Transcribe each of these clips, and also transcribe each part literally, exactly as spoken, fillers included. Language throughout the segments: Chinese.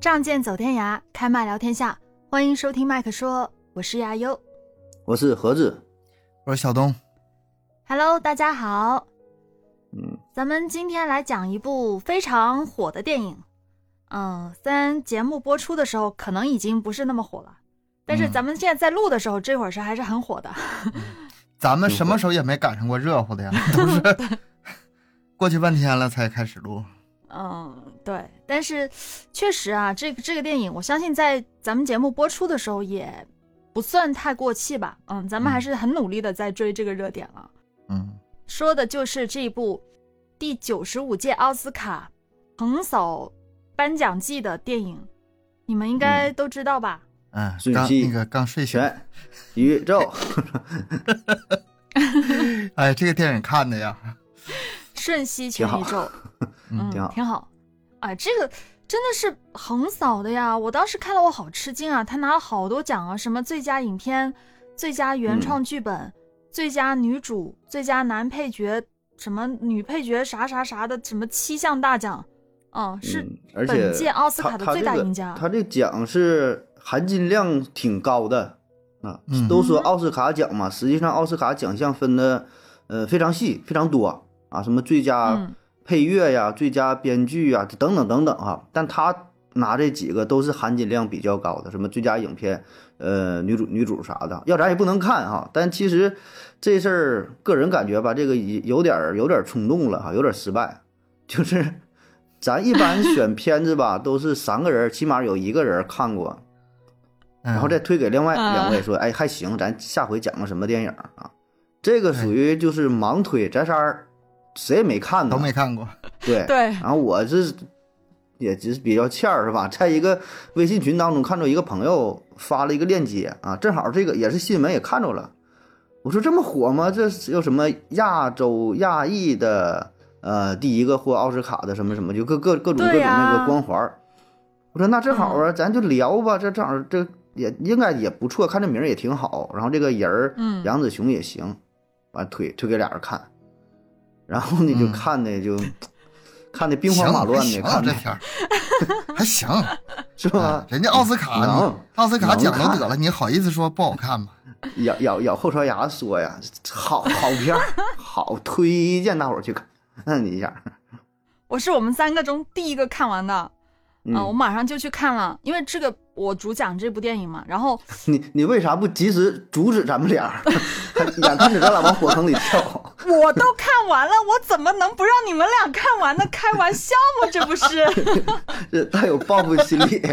仗剑走天涯，开麦聊天下，欢迎收听麦克说，我是亚优， 我是盒子， 我是小东。 Hello， 大家好。 嗯， 咱们今天来讲一部非常火的电影。嗯，虽然节目播出的时候可能已经不是那么火了，但是咱们现在在录的时候，嗯、这会儿是还是很火的。 嗯、咱们什么时候也没赶上过热乎的呀，都是过去半天了才开始录。 嗯，对，但是确实啊，这个这个电影，我相信在咱们节目播出的时候也不算太过气吧。嗯，咱们还是很努力的在追这个热点了。 嗯， 说的就是这部第九十五届奥斯卡横扫颁奖季的电影，你们应该都知道吧？ 嗯，刚那个刚睡醒。 宇宙。 哎，这个电影看的呀。 瞬息全宇宙。 嗯，挺好， 挺好。哎，这个真的是横扫的呀！我当时看了，我好吃惊啊！他拿了好多奖啊，什么最佳影片、最佳原创剧本、嗯、最佳女主、最佳男配角、什么女配角啥啥啥的，什么七项大奖。嗯，是本届奥斯卡的最大赢家。 他这个奖是含金量挺高的啊， 嗯、 都说奥斯卡奖嘛，实际上奥斯卡奖项分的呃非常细，非常多啊，什么最佳。 嗯配乐呀，最佳编剧呀，等等等等啊，但他拿这几个都是含金量比较高的，什么最佳影片、呃女主女主啥的，要咱也不能看哈。但其实这事儿，个人感觉吧，这个有点有点冲动了哈，有点失败。就是咱一般选片子吧，都是三个人，起码有一个人看过，然后再推给另外两位说，哎还行，咱下回讲个什么电影啊？这个属于就是盲推，咱仨人。谁也没看呢， 都没看过。 对对， 然后我这也只是比较欠儿是吧？在一个微信群当中看到一个朋友发了一个链接啊，正好这个也是新闻也看着了。我说这么火吗？这有什么亚洲亚裔的呃第一个获奥斯卡的什么什么，就各各各种各种那个光环。啊、我说那正好啊，嗯、咱就聊吧，这正好这也应该也不错，看这名儿也挺好。然后这个人儿，嗯，杨紫琼也行，完推推给俩人看。然后你就看的就、嗯、看的兵荒马乱的，看这片儿还行是吧、啊？ 人家奥斯卡，奥斯卡奖都得了，你好意思说不好看吗？ 咬咬咬后槽牙说呀，好好片好推荐大伙儿去看。嗯，你一下， 我是我们三个中第一个看完的啊、嗯呃，我马上就去看了，因为这个我主讲这部电影嘛。然后你你为啥不及时阻止咱们俩？眼看着咱俩往火坑里跳。 我都看完了，我怎么能不让你们俩看完呢？开玩笑吗？这不是这太有报复心理。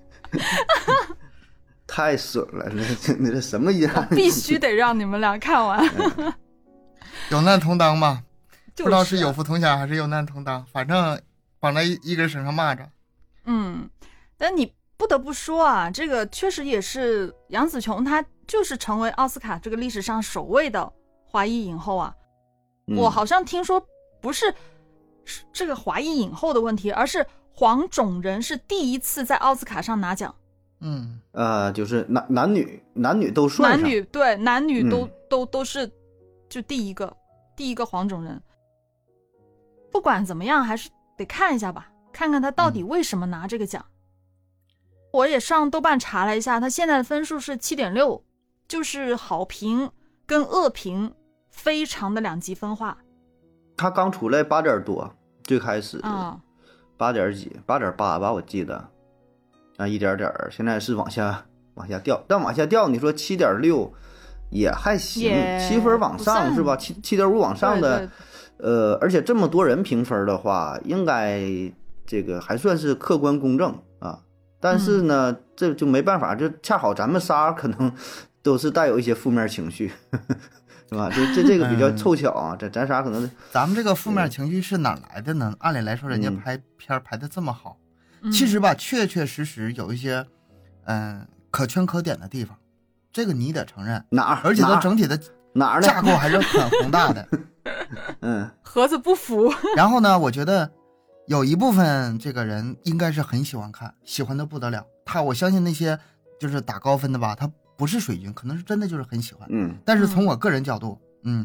太损了，那那这什么意思？ 必须得让你们俩看完。 有难同当嘛、 就是、 不知道是有福同享还是有难同当，反正绑在一根绳上骂着。 嗯，但你不得不说啊，这个确实也是杨紫琼，她就是成为奥斯卡这个历史上首位的华裔影后啊。我好像听说不是这个华裔影后的问题，而是黄种人是第一次在奥斯卡上拿奖。 嗯， 呃，就是男男女男女都算上， 男女对男女都、嗯、都都是就第一个第一个黄种人。不管怎么样，还是得看一下吧，看看他到底为什么拿这个奖。嗯、我也上豆瓣查了一下，他现在的分数是 七点六， 就是好评跟恶评非常的两极分化。 他刚出来八点多，最开始八点几，八点八吧，我记得啊，一点点，现在是往下往下掉，但往下掉，你说七点六也还行，七分往上是吧？七七点五往上的，对对呃，而且这么多人评分的话，应该这个还算是客观公正啊。但是呢，嗯、这就没办法，就恰好咱们仨可能都是带有一些负面情绪。是吧？这这这个比较凑巧啊，这、嗯、咱仨可能咱们这个负面情绪是哪来的呢？按理来说，人家拍片排的这么好，嗯、其实吧，确确实实有一些嗯、呃、可圈可点的地方，这个你得承认。 哪儿？ 而且它整体的哪儿架构还是很宏大的。 嗯， 盒子不服。 然后呢，我觉得有一部分这个人应该是很喜欢看，喜欢的不得了。他我相信那些就是打高分的吧，他不是水军，可能是真的就是很喜欢。 嗯， 但是从我个人角度，嗯，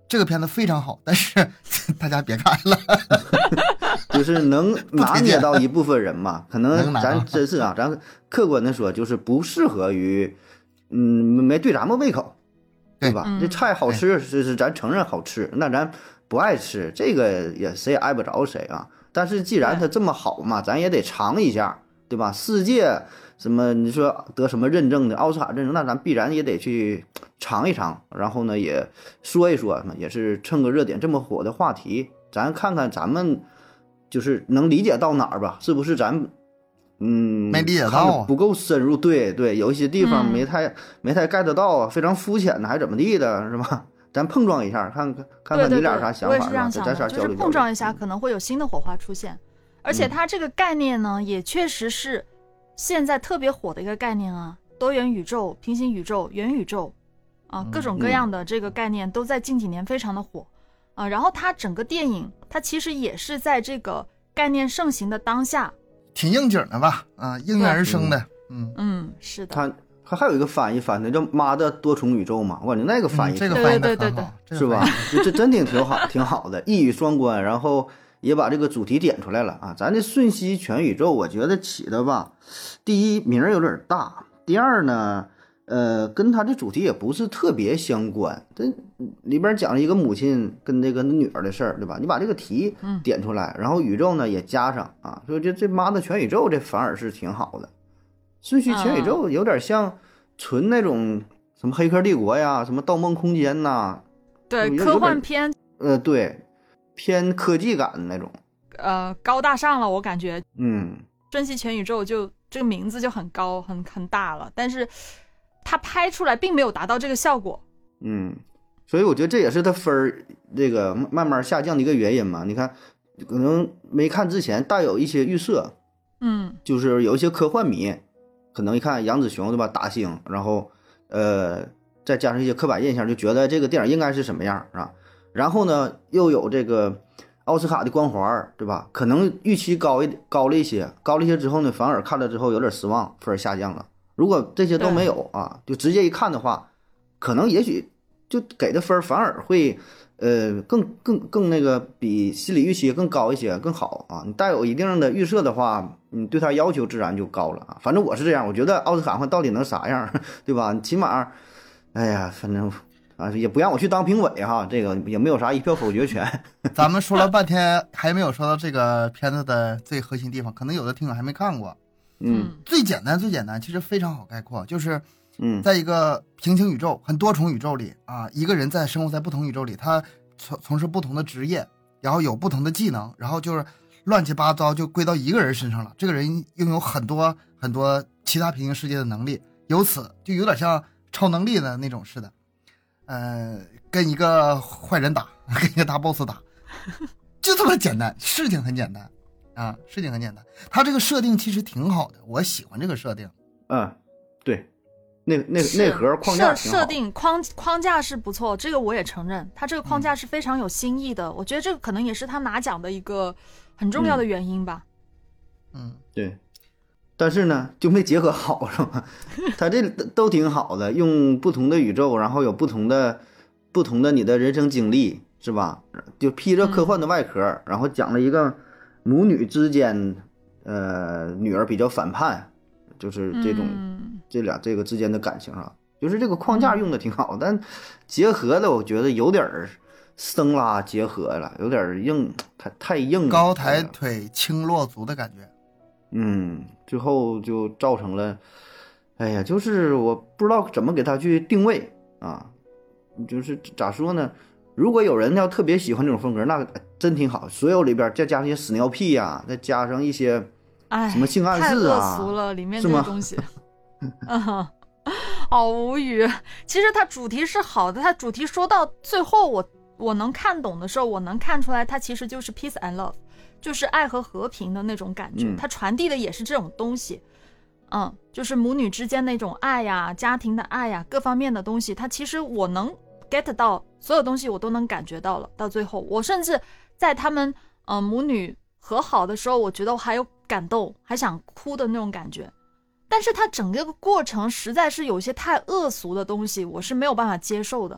这个片子非常好，但是大家别看了。 就是能拿捏到一部分人嘛，可能咱真是啊，咱客观的说，就是不适合于，嗯，没对咱们胃口，对吧？ 嗯、 这菜好吃是是咱承认好吃，那咱不爱吃，这个也谁也碍不着谁啊。但是既然它这么好嘛，咱也得尝一下，对吧？世界什么你说得什么认证的奥斯卡认证，那咱必然也得去尝一尝，然后呢也说一说，也是蹭个热点，这么火的话题，咱看看咱们就是能理解到哪儿吧？是不是咱嗯没理解到啊？ 不够深入，对对，有一些地方没太、嗯、没太 get 到啊，非常肤浅的，还怎么地的，是吧？咱碰撞一下，看看看看你俩啥想法， 对对对，我也是这样想的， 咱就是碰撞一下，可能会有新的火花出现。而且它这个概念呢，嗯、也确实是现在特别火的一个概念啊，多元宇宙、平行宇宙、元宇宙啊，各种各样的这个概念都在近几年非常的火啊。然后它整个电影，它其实也是在这个概念盛行的当下， 挺应景的吧？啊，应运而生的。 嗯嗯，是的。 它它还有一个翻译翻的叫“妈的多重宇宙”嘛，我感觉那个翻译、 嗯、这个翻译的很好， 是吧？这这真挺挺好，挺好的，一语双关，然后也把这个主题点出来了啊。咱这瞬息全宇宙，我觉得起的吧，第一名有点大，第二呢，呃，跟它的主题也不是特别相关。这里边讲了一个母亲跟这个女儿的事儿，对吧？你把这个题点出来，然后宇宙呢也加上啊，所以这这妈的全宇宙，这反而是挺好的。瞬息全宇宙有点像纯那种什么黑客帝国呀，什么盗梦空间呐， 对，科幻片， 呃，对，偏科技感的那种， 呃，高大上了，我感觉， 嗯， 瞬息全宇宙就这个名字就很高，很很大了，但是它拍出来并没有达到这个效果， 嗯，所以我觉得这也是它分儿这个慢慢下降的一个原因嘛。你看，可能没看之前带有一些预设， 嗯， 就是有一些科幻迷。可能一看杨紫琼对吧，打星，然后呃再加上一些刻板印象，就觉得这个电影应该是什么样啊？然后呢又有这个奥斯卡的光环，对吧？可能预期高一高了一些，高了一些之后呢，反而看了之后有点失望，分下降了。如果这些都没有啊，就直接一看的话，可能也许就给的分反而会呃更更更那个比心理预期更高一些，更好啊。你带有一定的预设的话，你对他要求自然就高了啊。反正我是这样，我觉得奥斯卡到底能啥样，对吧？起码，哎呀，反正啊也不让我去当评委哈，这个也没有啥一票否决权。 咱们说了半天，还没有说到这个片子的最核心地方，可能有的听友还没看过。 嗯， 最简单最简单，其实非常好概括，就是嗯， 在一个平行宇宙、很多重宇宙里啊，一个人在生活在不同宇宙里，他从从事不同的职业，然后有不同的技能，然后就是乱七八糟就归到一个人身上了。这个人拥有很多很多其他平行世界的能力，由此就有点像超能力的那种似的。呃，跟一个坏人打，跟一个大 boss 打，就这么简单，事情很简单啊，事情很简单。他这个设定其实挺好的，我喜欢这个设定。 嗯，对。那那内核框架设设定框框架是不错，这个我也承认，它这个框架是非常有新意的。嗯、我觉得这个可能也是他拿奖的一个很重要的原因吧。 嗯， 对。但是呢，就没结合好，是吧？他这都挺好的，用不同的宇宙，然后有不同的不同的你的人生经历，是吧？就披着科幻的外壳，嗯、然后讲了一个母女之间，呃，女儿比较反叛。就是这种、嗯、这俩这个之间的感情啊，就是这个框架用的挺好，嗯、但结合的我觉得有点生拉结合了，有点硬，太太硬了， 高抬腿轻落足的感觉。 嗯，最后就造成了，哎呀，就是我不知道怎么给他去定位啊，就是咋说呢？如果有人要特别喜欢这种风格，那真挺好。所有里边再加上一些屎尿屁呀、啊，再加上一些。 哎， 什么性暗示啊？ 太恶俗了，里面这些东西，嗯，好无语。其实它主题是好的，它主题说到最后我，我我能看懂的时候，我能看出来，它其实就是 peace and love， 就是爱和和平的那种感觉。 嗯、 它传递的也是这种东西，嗯，就是母女之间那种爱呀、家庭的爱呀，各方面的东西，它其实我能 get 到，所有东西我都能感觉到了。到最后，我甚至在他们嗯、呃、母女和好的时候，我觉得我还有感动，还想哭的那种感觉。但是它整个过程实在是有些太恶俗的东西，我是没有办法接受的。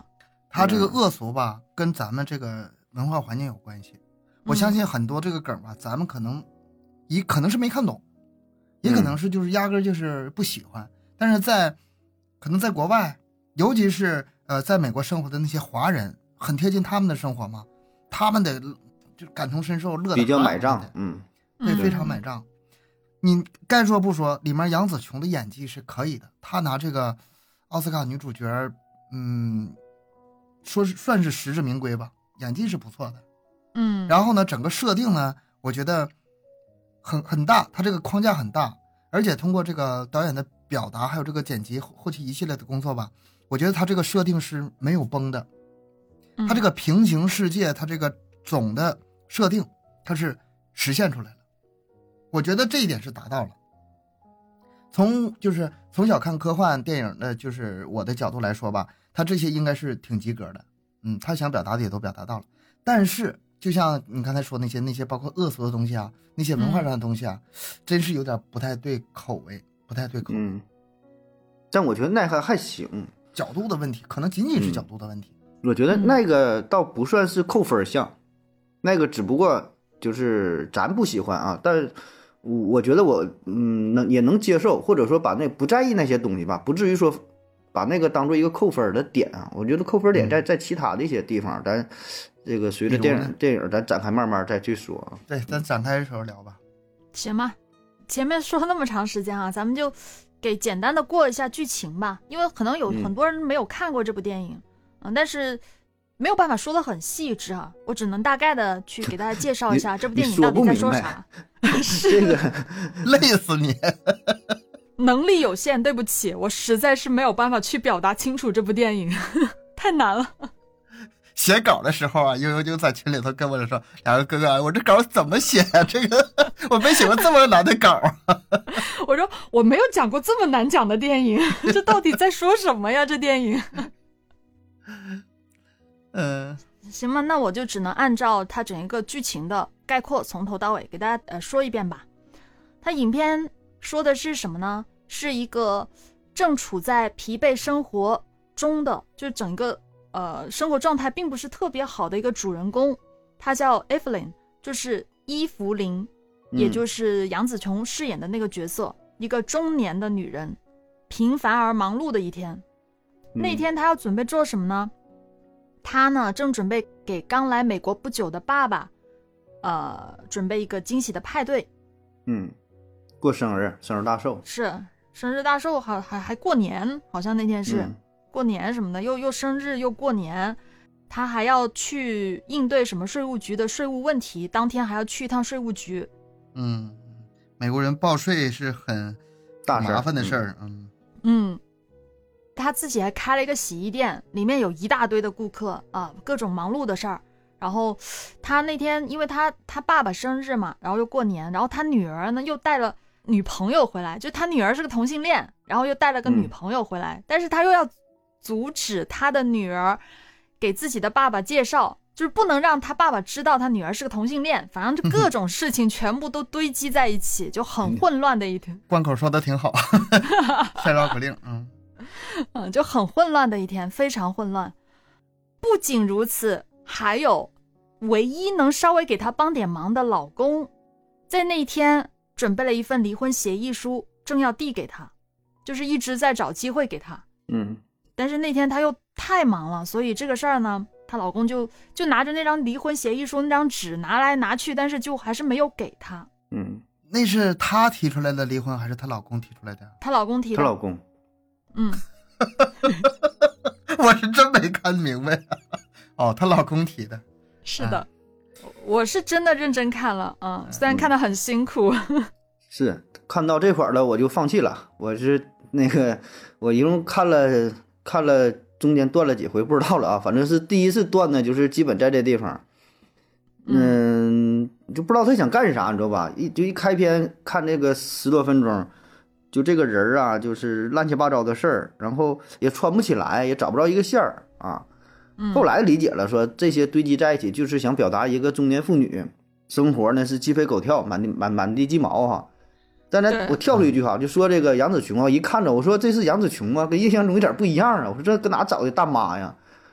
他这个恶俗吧，跟咱们这个文化环境有关系。我相信很多这个梗吧，咱们可能也可能是没看懂，也可能是就是压根就是不喜欢。但是在可能在国外，尤其是呃在美国生活的那些华人，很贴近他们的生活嘛，他们得就感同身受，乐得比较买账，嗯， 对，非常买账。你该说不说，里面杨紫琼的演技是可以的，她拿这个奥斯卡女主角，嗯，说是算是实至名归吧，演技是不错的。 嗯， 然后呢，整个设定呢，我觉得很很大，它这个框架很大，而且通过这个导演的表达，还有这个剪辑后期一系列的工作吧，我觉得它这个设定是没有崩的。它这个平行世界，它这个总的设定，它是实现出来了。我觉得这一点是达到了。从就是从小看科幻电影的，就是我的角度来说吧，他这些应该是挺及格的。嗯，他想表达的也都表达到了。但是就像你刚才说那些那些包括恶俗的东西啊，那些文化上的东西啊，嗯、真是有点不太对口味，不太对口味。 嗯，但我觉得那还还行， 角度的问题，可能仅仅是角度的问题。 嗯、我觉得那个倒不算是扣分项，那个只不过就是咱不喜欢啊，但我觉得我嗯能也能接受，或者说把那不在意那些东西吧，不至于说把那个当做一个扣分的点啊。我觉得扣分点在在其他的一些地方，咱这个随着电影电影咱展开慢慢再去说。 对，咱展开的时候聊吧。 行吧，前面说了那么长时间啊，咱们就给简单的过一下剧情吧，因为可能有很多人没有看过这部电影，嗯，但是没有办法说得很细致啊，我只能大概的去给大家介绍一下这部电影到底在说啥。 这个累死你。 能力有限，对不起，我实在是没有办法去表达清楚这部电影，太难了。 写稿的时候啊，悠悠就在群里头跟我说：“两个哥哥，我这稿怎么写啊？这个我没写过这么难的稿。” 我说我没有讲过这么难讲的电影，这到底在说什么呀？这电影。 嗯， 行吧，那我就只能按照它整一个剧情的概括，从头到尾给大家呃说一遍吧。它影片说的是什么呢？是一个正处在疲惫生活中的，就整个呃生活状态并不是特别好的一个主人公，他叫 Evelyn， 就是伊芙琳，也就是杨紫琼饰演的那个角色，嗯、一个中年的女人，平凡而忙碌的一天。嗯、那天她要准备做什么呢？她呢正准备给刚来美国不久的爸爸，呃，准备一个惊喜的派对。 嗯。过生日，生日大寿是生日大寿，还还还过年，好像那天是、嗯、过年什么的，又又生日又过年，他还要去应对什么税务局的税务问题，当天还要去一趟税务局。 嗯，美国人报税是很大麻烦的事儿。嗯嗯，他自己还开了一个洗衣店，里面有一大堆的顾客啊，各种忙碌的事儿。然后他那天因为他他爸爸生日嘛，然后又过年，然后他女儿呢又带了女朋友回来，就他女儿是个同性恋，然后又带了个女朋友回来、嗯、但是他又要阻止他的女儿给自己的爸爸介绍，就是不能让他爸爸知道他女儿是个同性恋，反正就各种事情全部都堆积在一起，就很混乱的一天。 关口说的挺好。晒绕口令。嗯嗯，就很混乱的一天，非常混乱。不仅如此，还有唯一能稍微给他帮点忙的老公，在那天准备了一份离婚协议书，正要递给他，就是一直在找机会给他。 嗯， 但是那天他又太忙了，所以这个事儿呢，她老公就就拿着那张离婚协议书那张纸拿来拿去，但是就还是没有给他。 嗯， 那是她提出来的离婚还是她老公提出来的？ 她老公提的。 她老公。 嗯。 我是真没看明白、啊、哦，她老公提的。 是的、嗯、我是真的认真看了啊、嗯，虽然看得很辛苦。 是看到这块儿了我就放弃了，我是那个我一共看了看了中间断了几回不知道了啊，反正是第一次断呢就是基本在这地方。嗯，就不知道他想干啥你知道吧，一就一开篇看这个十多分钟，就这个人啊就是乱七八糟的事儿，然后也穿不起来，也找不着一个线儿啊。后来理解了，说这些堆积在一起就是想表达一个中年妇女生活呢是鸡飞狗跳，满地满满地鸡毛哈。但是我跳出一句话，就说这个杨紫琼啊，一看着我说这是杨紫琼吗？跟印象中有点不一样啊。我说这搁哪找的大妈呀？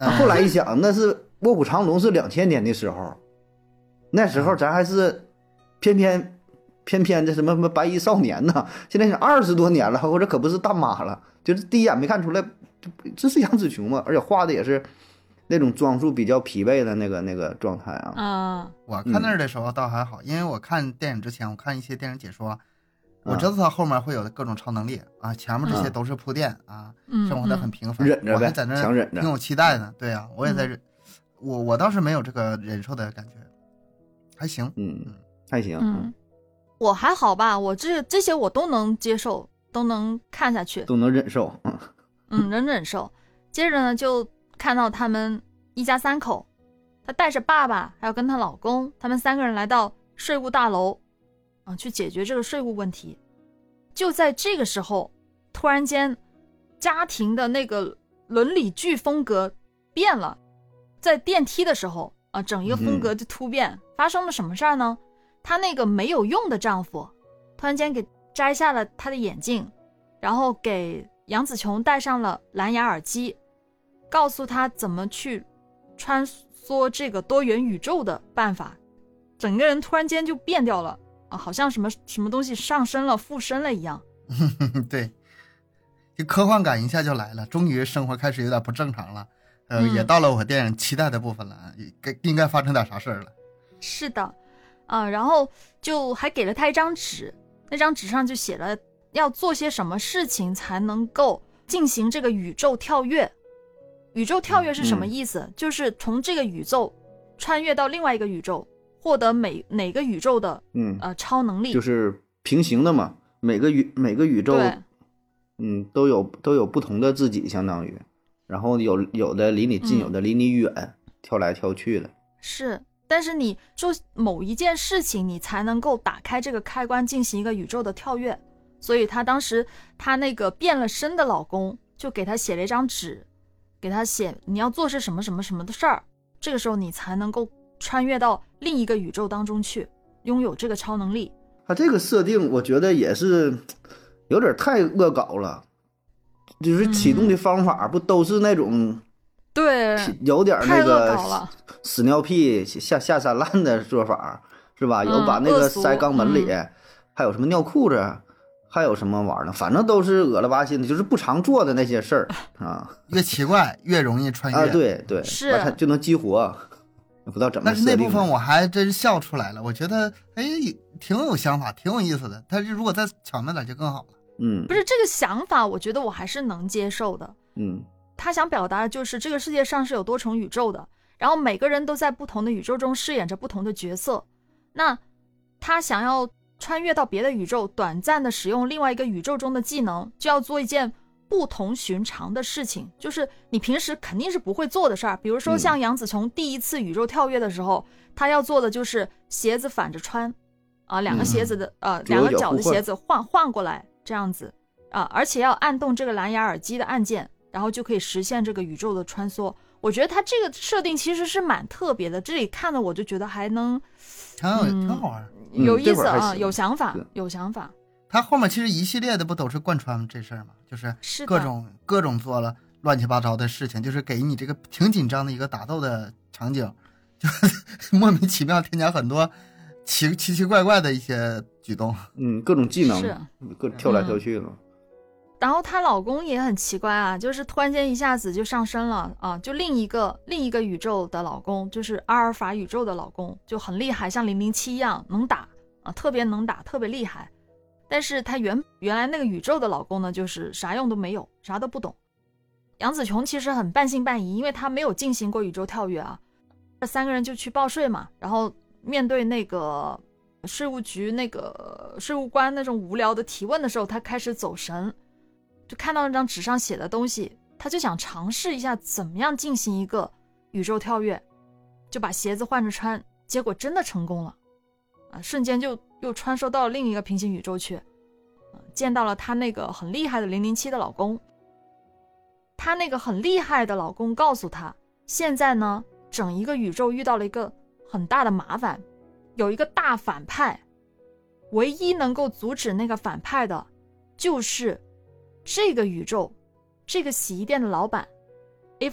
嗯后来一想，那是卧虎藏龙是两千年的时候，那时候咱还是偏偏偏偏的什么什么白衣少年呢，现在是二十多年了，或者可不是大妈了，就是第一眼没看出来这是杨紫琼嘛，而且画的也是那种装束比较疲惫的那个那个状态啊。 嗯， 我看那儿的时候倒还好，因为我看电影之前，我看一些电影解说，我知道他后面会有各种超能力啊，前面这些都是铺垫啊， 嗯生活的很平凡， 忍着呗， 我还在那强忍着， 挺有期待的。对啊，我也在忍，我我倒是没有这个忍受的感觉，还行， 嗯，还行， 嗯，我还好吧，我这这些我都能接受，都能看下去， 都能忍受，嗯嗯，能忍受。接着呢，就看到他们一家三口，她带着爸爸还有跟她老公，他们三个人来到税务大楼啊，去解决这个税务问题。就在这个时候，突然间家庭的那个伦理剧风格变了，在电梯的时候啊，整一个风格就突变。嗯、发生了什么事儿呢？她那个没有用的丈夫突然间给摘下了她的眼镜，然后给杨紫琼戴上了蓝牙耳机，告诉她怎么去穿梭这个多元宇宙的办法。整个人突然间就变掉了啊，好像什么什么东西上升了附身了一样。 对，就科幻感一下就来了，终于生活开始有点不正常了，呃、 嗯、 也到了我电影期待的部分了，该应该发生点啥事儿了。 是的啊，然后就还给了他一张纸，那张纸上就写了要做些什么事情才能够进行这个宇宙跳跃。宇宙跳跃是什么意思？嗯、就是从这个宇宙穿越到另外一个宇宙，获得每哪个宇宙的嗯呃超能力， 就是平行的嘛，每个宇每个宇宙嗯都有都有不同的自己，相当于，然后有有的离你近， 嗯、 有的离你远，跳来跳去的。 是，但是你做某一件事情，你才能够打开这个开关，进行一个宇宙的跳跃。所以她当时她那个变了身的老公就给她写了一张纸，给她写你要做是什么什么什么的事儿，这个时候你才能够穿越到另一个宇宙当中去，拥有这个超能力。 他这个设定我觉得也是有点太恶搞了，就是启动的方法不都是那种、嗯、 对， 有点那个屎尿屁下下三滥的做法是吧？有把那个塞肛门里、嗯、还有什么尿裤子，还有什么玩意儿呢？反正都是恶了吧心的，就是不常做的那些事儿啊。 越奇怪越容易穿越啊，对对， 是他就能激活。不知道怎么， 但是那部分我还真是笑出来了，我觉得哎挺有想法，挺有意思的。但是如果再巧妙点就更好了。 嗯， 不是这个想法，我觉得我还是能接受的。 嗯， 他想表达的就是这个世界上是有多重宇宙的，然后每个人都在不同的宇宙中饰演着不同的角色。那他想要穿越到别的宇宙，短暂的使用另外一个宇宙中的技能，就要做一件不同寻常的事情，就是你平时肯定是不会做的事儿。比如说像杨紫琼第一次宇宙跳跃的时候，她、嗯、要做的就是鞋子反着穿啊，两个鞋子的、嗯、呃两个脚的鞋子换换过来这样子啊，而且要按动这个蓝牙耳机的按键，然后就可以实现这个宇宙的穿梭。我觉得它这个设定其实是蛮特别的，这里看的我就觉得还能挺好、嗯、挺好玩， 有意思啊，有想法有想法。 他后面其实一系列的不都是贯穿这事儿吗？就是各种各种做了乱七八糟的事情，就是给你这个挺紧张的一个打斗的场景，就莫名其妙添加很多奇奇奇怪怪的一些举动， 嗯，各种技能，各跳来跳去了、嗯。 然后她老公也很奇怪啊，就是突然间一下子就上升了啊，就另一个另一个宇宙的老公，就是阿尔法宇宙的老公，就很厉害，像零零七一样能打啊，特别能打，特别厉害。但是她原原来那个宇宙的老公呢，就是啥用都没有，啥都不懂。杨紫琼其实很半信半疑，因为她没有进行过宇宙跳跃啊。这三个人就去报税嘛，然后面对那个税务局那个税务官那种无聊的提问的时候，她开始走神，就看到那张纸上写的东西，她就想尝试一下怎么样进行一个宇宙跳跃，就把鞋子换着穿，结果真的成功了啊！瞬间就又穿梭到另一个平行宇宙去，见到了她那个很厉害的零零七的老公。她那个很厉害的老公告诉她，现在呢，整一个宇宙遇到了一个很大的麻烦，有一个大反派，唯一能够阻止那个反派的，就是这个宇宙这个洗衣店的老板 Evelyn，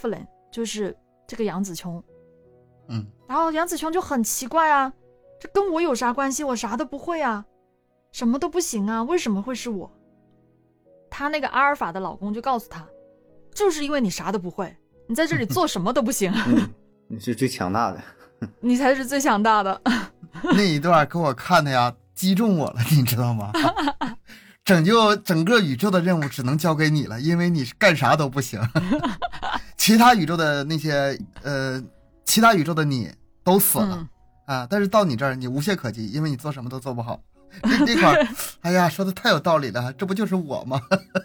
就是这个杨紫琼。 嗯， 然后杨紫琼就很奇怪啊，这跟我有啥关系？我啥都不会啊，什么都不行啊，为什么会是我？她那个阿尔法的老公就告诉她，就是因为你啥都不会，你在这里做什么都不行。 嗯，你是最强大的， 你才是最强大的。 那一段给我看的呀，击中我了，你知道吗？拯救整个宇宙的任务只能交给你了，因为你干啥都不行。其他宇宙的那些呃，其他宇宙的你都死了、嗯、啊，但是到你这儿你无懈可击，因为你做什么都做不好。这这块儿，哎呀，说的太有道理了，这不就是我吗？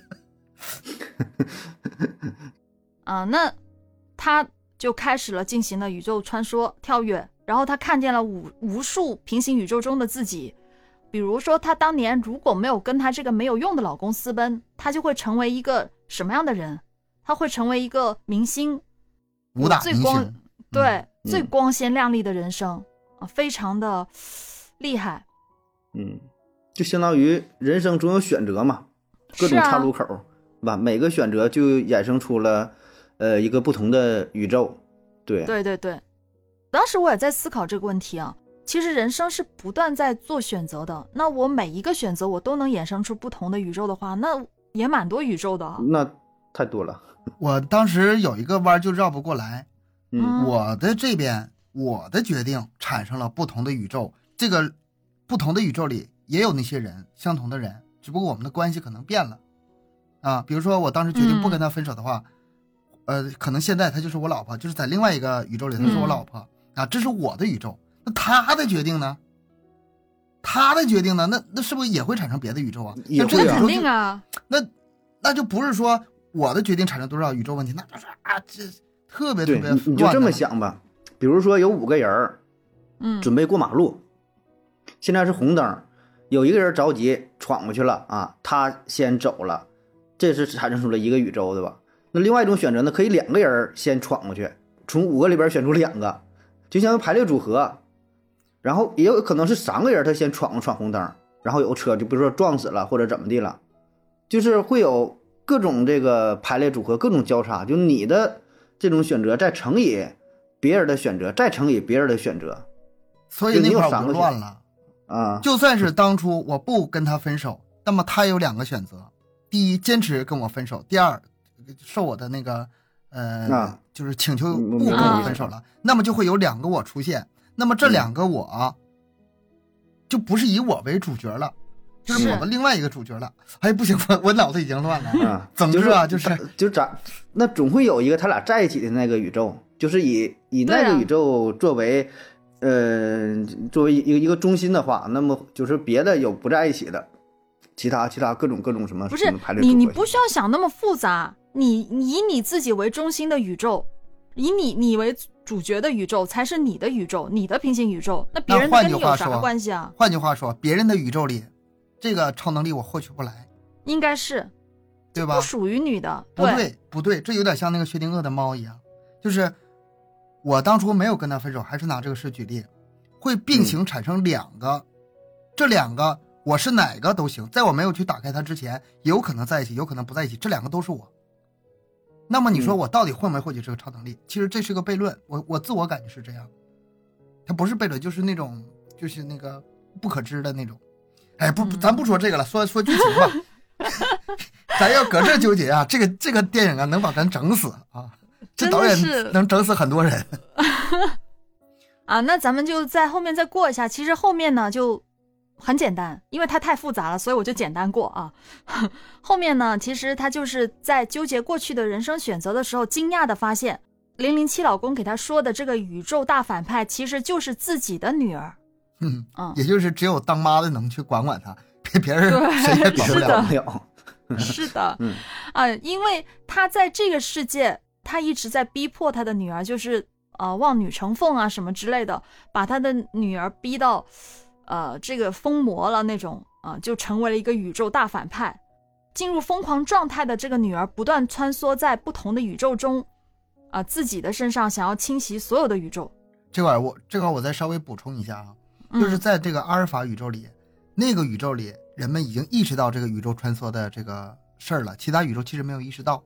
啊，那他就开始了进行了宇宙穿梭跳跃，然后他看见了无无数平行宇宙中的自己。比如说他当年如果没有跟他这个没有用的老公私奔，他就会成为一个什么样的人？他会成为一个明星， 武打最光、 嗯、 对、 嗯、 最光鲜亮丽的人生啊，非常的厉害。 嗯，就相当于人生总有选择嘛，各种岔路口，是、啊、吧？每个选择就衍生出了呃一个不同的宇宙。对对对对，当时我也在思考这个问题啊。其实人生是不断在做选择的，那我每一个选择我都能衍生出不同的宇宙的话，那也蛮多宇宙的、啊、 那太多了。 我当时有一个弯就绕不过来， 嗯， 我的这边我的决定产生了不同的宇宙，这个不同的宇宙里也有那些人，相同的人，只不过我们的关系可能变了啊。比如说我当时决定不跟他分手的话、嗯、呃，可能现在他就是我老婆，就是在另外一个宇宙里他是我老婆、嗯、啊，这是我的宇宙。那他的决定呢？他的决定呢？那那是不是也会产生别的宇宙啊？ 也会啊，肯定啊。 那那就不是说我的决定产生多少宇宙问题，那就是啊，这特别特别乱。 你就这么想吧，比如说有五个人， 嗯， 准备过马路，现在是红灯，有一个人着急闯过去了啊，他先走了，这是产生出了一个宇宙，对吧？那另外一种选择呢，可以两个人先闯过去，从五个里边选出两个。就像排列组合，然后也有可能是三个人他先闯闯红灯，然后有车就比如说撞死了或者怎么地了，就是会有各种这个排列组合，各种交叉，就你的这种选择再乘以别人的选择，再乘以别人的选择， 所以那块我就乱了啊。 就算是当初我不跟他分手，那么他有两个选择：第一，坚持跟我分手；第二，受我的那个。呃、啊，就是请求不跟我分手了、嗯，那么就会有两个我出现，那么这两个我、啊嗯、就不是以我为主角了，就是我的另外一个主角了。哎，不行，我我脑子已经乱了。 啊， 总之啊，就是就咋，那总会有一个他俩在一起的那个宇宙，就是以以那个宇宙作为、啊、呃作为一个一个中心的话，那么就是别的有不在一起的，其他其他各种各种什么不是排列你你不需要想那么复杂。你以你自己为中心的宇宙，以你你为主角的宇宙才是你的宇宙，你的平行宇宙，那别人跟你有啥关系啊？ 换句话说，别人的宇宙里，这个超能力我获取不来， 应该是， 对吧？ 不属于你的， 不对不对，这有点像那个薛定谔的猫一样，就是我当初没有跟他分手，还是拿这个事举例，会并行产生两个，嗯、这两个我是哪个都行，在我没有去打开它之前，有可能在一起，有可能不在一起，这两个都是我。那么你说我到底会没获取这个超能力、嗯、其实这是个悖论，我我自我感觉是这样，它不是悖论，就是那种就是那个不可知的那种。哎，不，咱不说这个了，说说剧情吧。咱要搁这纠结啊，这个这个电影啊能把咱整死啊，这导演能整死很多人。 啊，那咱们就在后面再过一下，其实后面呢就很简单，因为它太复杂了，所以我就简单过啊。后面呢，其实他就是在纠结过去的人生选择的时候，惊讶的发现零零七老公给他说的这个宇宙大反派其实就是自己的女儿。 嗯嗯，也就是只有当妈的能去管管他，别别人谁也管不了。 是的，嗯啊，因为他在这个世界，他一直在逼迫他的女儿，就是呃望女成凤啊什么之类的，把他的女儿逼到呃这个疯魔了那种啊、呃，就成为了一个宇宙大反派。进入疯狂状态的这个女儿不断穿梭在不同的宇宙中啊、呃，自己的身上想要侵袭所有的宇宙。 这块我这块我再稍微补充一下啊，就是在这个阿尔法宇宙里、嗯、那个宇宙里人们已经意识到这个宇宙穿梭的这个事儿了，其他宇宙其实没有意识到。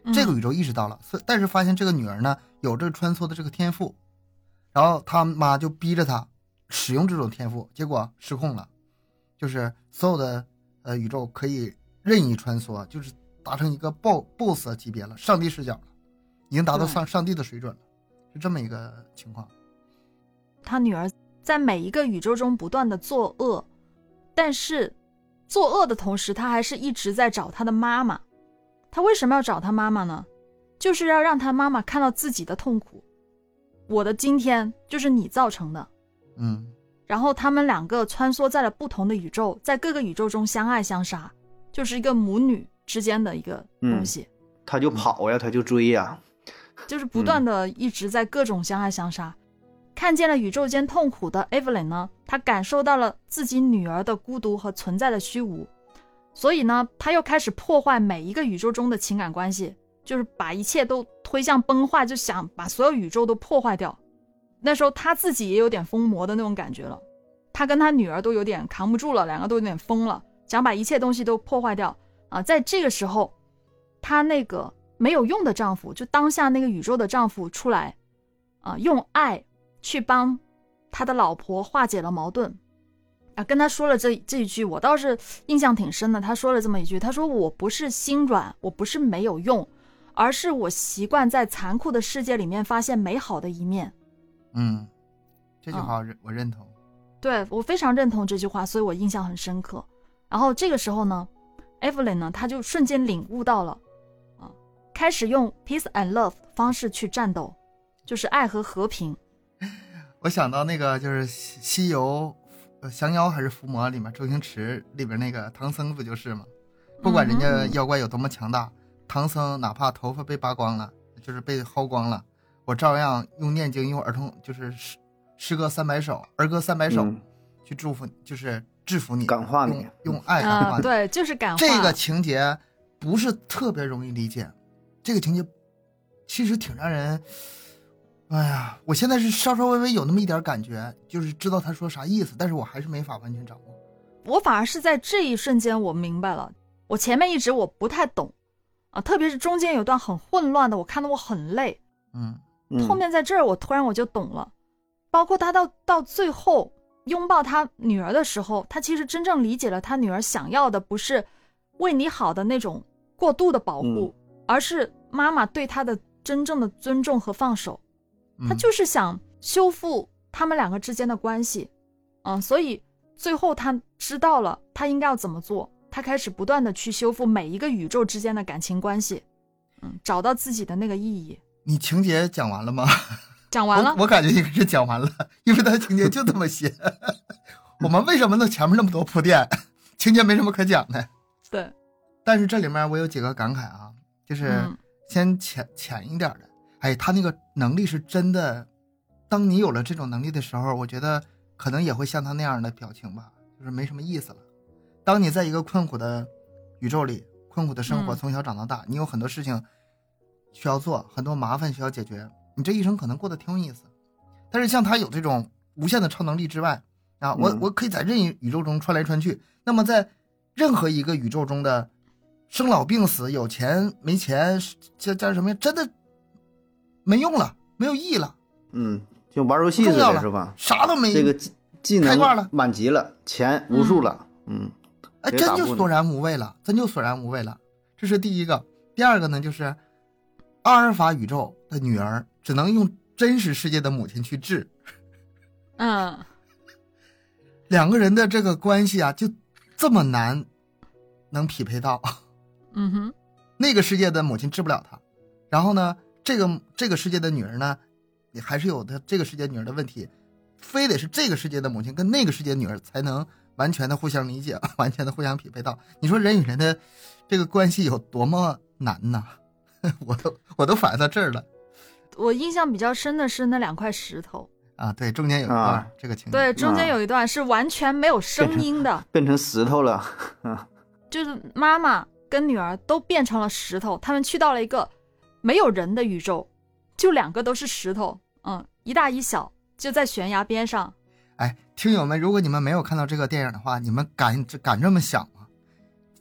这个宇宙意识到了，嗯、但是发现这个女儿呢有这个穿梭的这个天赋，然后他妈就逼着他使用这种天赋，结果失控了，就是所有的呃宇宙可以任意穿梭，就是达成一个 boss 级别了，上帝视角了，已经达到上上帝的水准了，是这么一个情况。 他女儿在每一个宇宙中不断的作恶，但是作恶的同时，他还是一直在找他的妈妈。他为什么要找他妈妈呢？就是要让他妈妈看到自己的痛苦，我的今天就是你造成的。 嗯， 然后他们两个穿梭在了不同的宇宙，在各个宇宙中相爱相杀，就是一个母女之间的一个东西。 嗯、他就跑呀，他就追呀， 就是不断的一直在各种相爱相杀。嗯、看见了宇宙间痛苦的 Evelyn 呢，他感受到了自己女儿的孤独和存在的虚无，所以呢，他又开始破坏每一个宇宙中的情感关系，就是把一切都推向崩坏，就想把所有宇宙都破坏掉。那时候他自己也有点疯魔的那种感觉了，他跟他女儿都有点扛不住了，两个都有点疯了，想把一切东西都破坏掉啊！在这个时候，他那个没有用的丈夫，就当下那个宇宙的丈夫出来啊，用爱去帮他的老婆化解了矛盾啊，跟他说了这这一句，我倒是印象挺深的。他说了这么一句，他说我不是心软，我不是没有用，而是我习惯在残酷的世界里面发现美好的一面。 嗯，这句话我认同。 嗯、对，我非常认同这句话，所以我印象很深刻。然后这个时候呢 Evelyn 呢，他就瞬间领悟到了啊，开始用 peace and love 方式去战斗，就是爱和和平。 我想到那个就是西游降妖还是伏魔里面周星驰里边那个唐僧不就是吗？不管人家妖怪有多么强大，嗯、唐僧哪怕头发被扒光了，就是被薅光了，我照样用念经，用儿童就是诗诗歌三百首，儿歌三百首，嗯、去祝福，就是制服你， 感化你， 用, 用爱感化你、 呃。对，就是感化。 这个情节不是特别容易理解，这个情节其实挺让人，哎呀，我现在是稍稍微微有那么一点感觉，就是知道他说啥意思，但是我还是没法完全掌握。 我反而是在这一瞬间我明白了，我前面一直我不太懂啊，特别是中间有段很混乱的，我看得我很累。 嗯。 后面在这儿我突然我就懂了，包括他到到最后拥抱他女儿的时候，他其实真正理解了他女儿想要的不是为你好的那种过度的保护、嗯、而是妈妈对他的真正的尊重和放手、嗯、他就是想修复他们两个之间的关系嗯，所以最后他知道了他应该要怎么做，他开始不断的去修复每一个宇宙之间的感情关系嗯，找到自己的那个意义。 你情节讲完了吗？ 讲完了。 我, 我感觉应该是讲完了，因为他情节就这么写。我们为什么能前面那么多铺垫，情节没什么可讲的？ 对。 但是这里面我有几个感慨啊，就是先浅、嗯、浅一点的。哎，他那个能力是真的，当你有了这种能力的时候，我觉得可能也会像他那样的表情吧，就是没什么意思了。当你在一个困苦的宇宙里，困苦的生活，从小长到大、嗯、你有很多事情需要做，很多麻烦需要解决，你这一生可能过得挺有意思。但是像他有这种无限的超能力之外啊，我、嗯、我可以在任意宇宙中穿来穿去，那么在任何一个宇宙中的生老病死，有钱没钱，加加什么真的没用了，没有意义了。 嗯，就玩游戏似的是吧？ 啥都没， 这个技能满级了，钱无数了。嗯， 哎，真就索然无味了，真就索然无味了。这是第一个。第二个呢，就是阿尔法宇宙的女儿只能用真实世界的母亲去治。 嗯， 两个人的这个关系啊，就这么难能匹配到。 嗯哼， 那个世界的母亲治不了他，然后呢，这个这个世界的女儿呢，也还是有的这个世界女儿的问题，非得是这个世界的母亲跟那个世界女儿才能完全的互相理解，完全的互相匹配到。你说人与人的这个关系有多么难呢？我都我都反应到这儿了。 我印象比较深的是那两块石头啊，对，中间有一段、啊、这个情节， 对，中间有一段是完全没有声音的， 变成, 变成石头了、啊、 就是妈妈跟女儿都变成了石头，他们去到了一个没有人的宇宙，就两个都是石头，嗯，一大一小，就在悬崖边上。 哎，听友们，如果你们没有看到这个电影的话，你们敢敢这么想吗？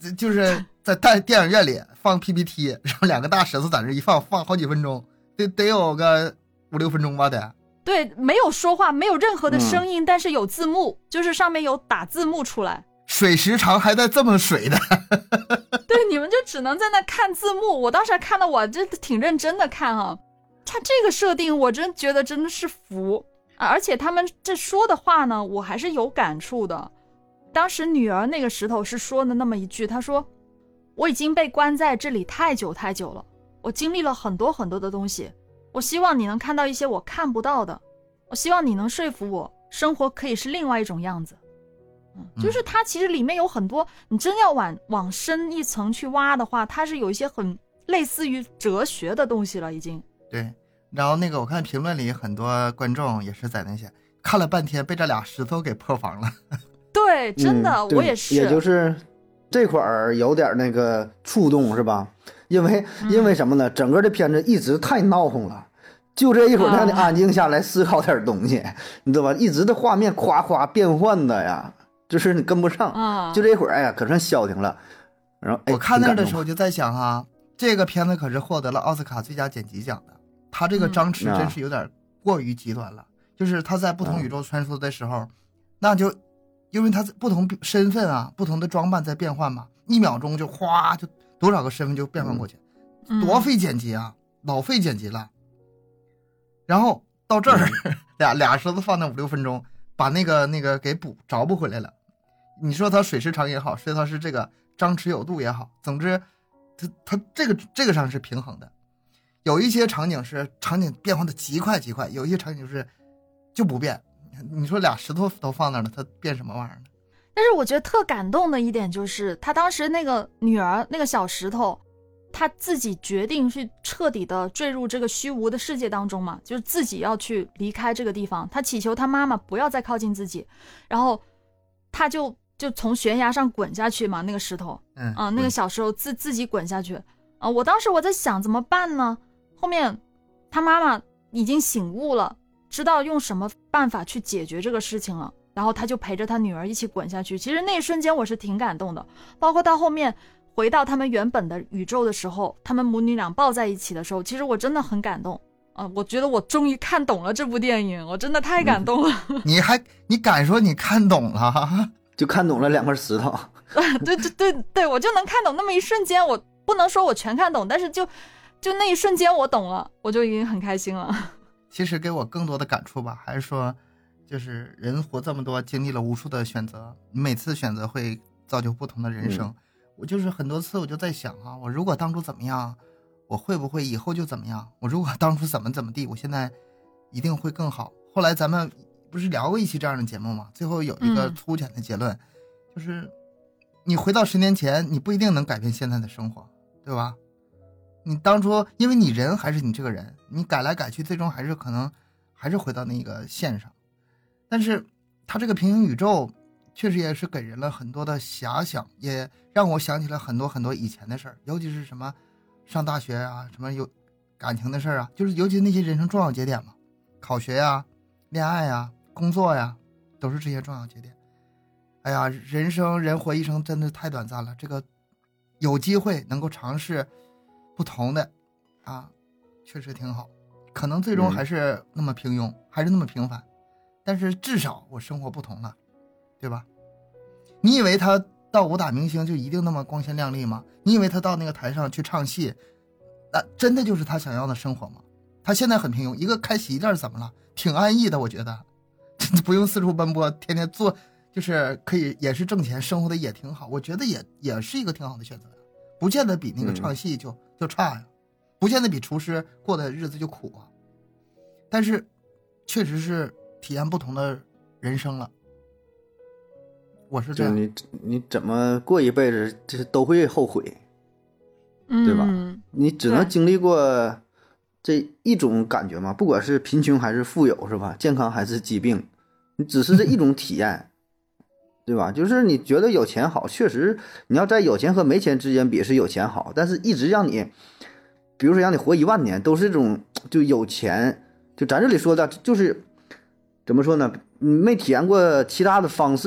就是在大电影院里放 P P T， 然后两个大石头在那一放，放好几分钟，得得有个五六分钟吧得。 对，没有说话，没有任何的声音，嗯、但是有字幕，就是上面有打字幕出来。 水时长还带这么水的。 对，你们就只能在那看字幕。我当时还看到我这挺认真的看啊，他这个设定我真觉得真的是服啊！而且他们这说的话呢，我还是有感触的。当时女儿那个石头是说的那么一句，她说：“我已经被关在这里太久太久了，我经历了很多很多的东西。我希望你能看到一些我看不到的，我希望你能说服我，生活可以是另外一种样子。”嗯，就是它其实里面有很多，你真要往往深一层去挖的话，它是有一些很类似于哲学的东西了已经。 对，然后那个我看评论里很多观众也是在那些看了半天被这俩石头给破防了。 对，真的、 嗯、 我也是。 也就是这块儿有点那个触动是吧？因为因为什么呢？整个的片子一直太闹腾了，就这一会儿让你安静下来思考点东西，啊、你知道吧？一直的画面夸夸变换的呀，就是你跟不上。啊、就这一会儿，哎呀，可算消停了。然后、哎、 我看那的时候就在想哈，这个片子可是获得了奥斯卡最佳剪辑奖的，他这个张弛真是有点过于极端了。嗯、就是他在不同宇宙穿梭的时候，嗯、那就因为他不同身份啊，不同的装扮在变换嘛，一秒钟就哗就。多少个身份就变换过去，嗯、多费剪辑啊，老费剪辑了。然后到这儿，嗯、俩俩石头放那五六分钟，把那个那个给补找不回来了。你说它水时长也好，说它是这个张弛有度也好，总之，它它这个这个上是平衡的。有一些场景是场景变化的极快极快，有一些场景就是就不变。你说俩石头都放那儿了，它变什么玩意儿呢？ 但是我觉得特感动的一点就是他当时那个女儿那个小石头，他自己决定去彻底的坠入这个虚无的世界当中嘛，就是自己要去离开这个地方，他祈求他妈妈不要再靠近自己，然后他就就从悬崖上滚下去嘛，那个石头，嗯啊，那个小石头自自己滚下去啊，我当时我在想怎么办呢？后面他妈妈已经醒悟了，知道用什么办法去解决这个事情了。然后他就陪着他女儿一起滚下去，其实那一瞬间我是挺感动的，包括到后面回到他们原本的宇宙的时候，他们母女俩抱在一起的时候，其实我真的很感动啊、呃！我觉得我终于看懂了这部电影，我真的太感动了。 嗯、你还你敢说你看懂了？ 就看懂了两块石头。 对对对对，我就能看懂那么一瞬间，我不能说我全看懂，但是就就那一瞬间我懂了，我就已经很开心了。 其实给我更多的感触吧，还是说。就是人活这么多，经历了无数的选择，每次选择会造就不同的人生。嗯、我就是很多次我就在想啊，我如果当初怎么样，我会不会以后就怎么样？我如果当初怎么怎么地，我现在一定会更好。后来咱们不是聊过一期这样的节目吗？最后有一个粗浅的结论，嗯、就是你回到十年前，你不一定能改变现在的生活，对吧？你当初因为你人还是你这个人，你改来改去，最终还是可能还是回到那个线上。但是它这个平行宇宙确实也是给人了很多的遐想，也让我想起了很多很多以前的事儿，尤其是什么上大学啊，什么有感情的事儿啊，就是尤其那些人生重要节点嘛，考学呀、恋爱呀、工作呀，都是这些重要节点。哎呀，人生人活一生真的太短暂了，这个有机会能够尝试不同的啊，确实挺好。可能最终还是那么平庸，嗯、还是那么平凡。但是至少我生活不同了，对吧？你以为他到武打明星就一定那么光鲜亮丽吗？你以为他到那个台上去唱戏，那真的就是他想要的生活吗？他现在很平庸，一个开洗衣店怎么了？挺安逸的，我觉得不用四处奔波，天天做，就是可以也是挣钱，生活的也挺好。我觉得也也是一个挺好的选择，不见得比那个唱戏就、嗯、就差呀，不见得比厨师过的日子就苦啊。但是确实是体验不同的人生了，我是这样。 你你怎么过一辈子，这都会后悔，对吧？ 嗯、 你只能经历过这一种感觉嘛，不管是贫穷还是富有，是吧？健康还是疾病，你只是这一种体验，对吧？就是你觉得有钱好，确实你要在有钱和没钱之间比是有钱好，但是一直让你，比如说让你活一万年，都是这种就有钱，就咱这里说的就是。怎么说呢？没体验过其他的方式哈，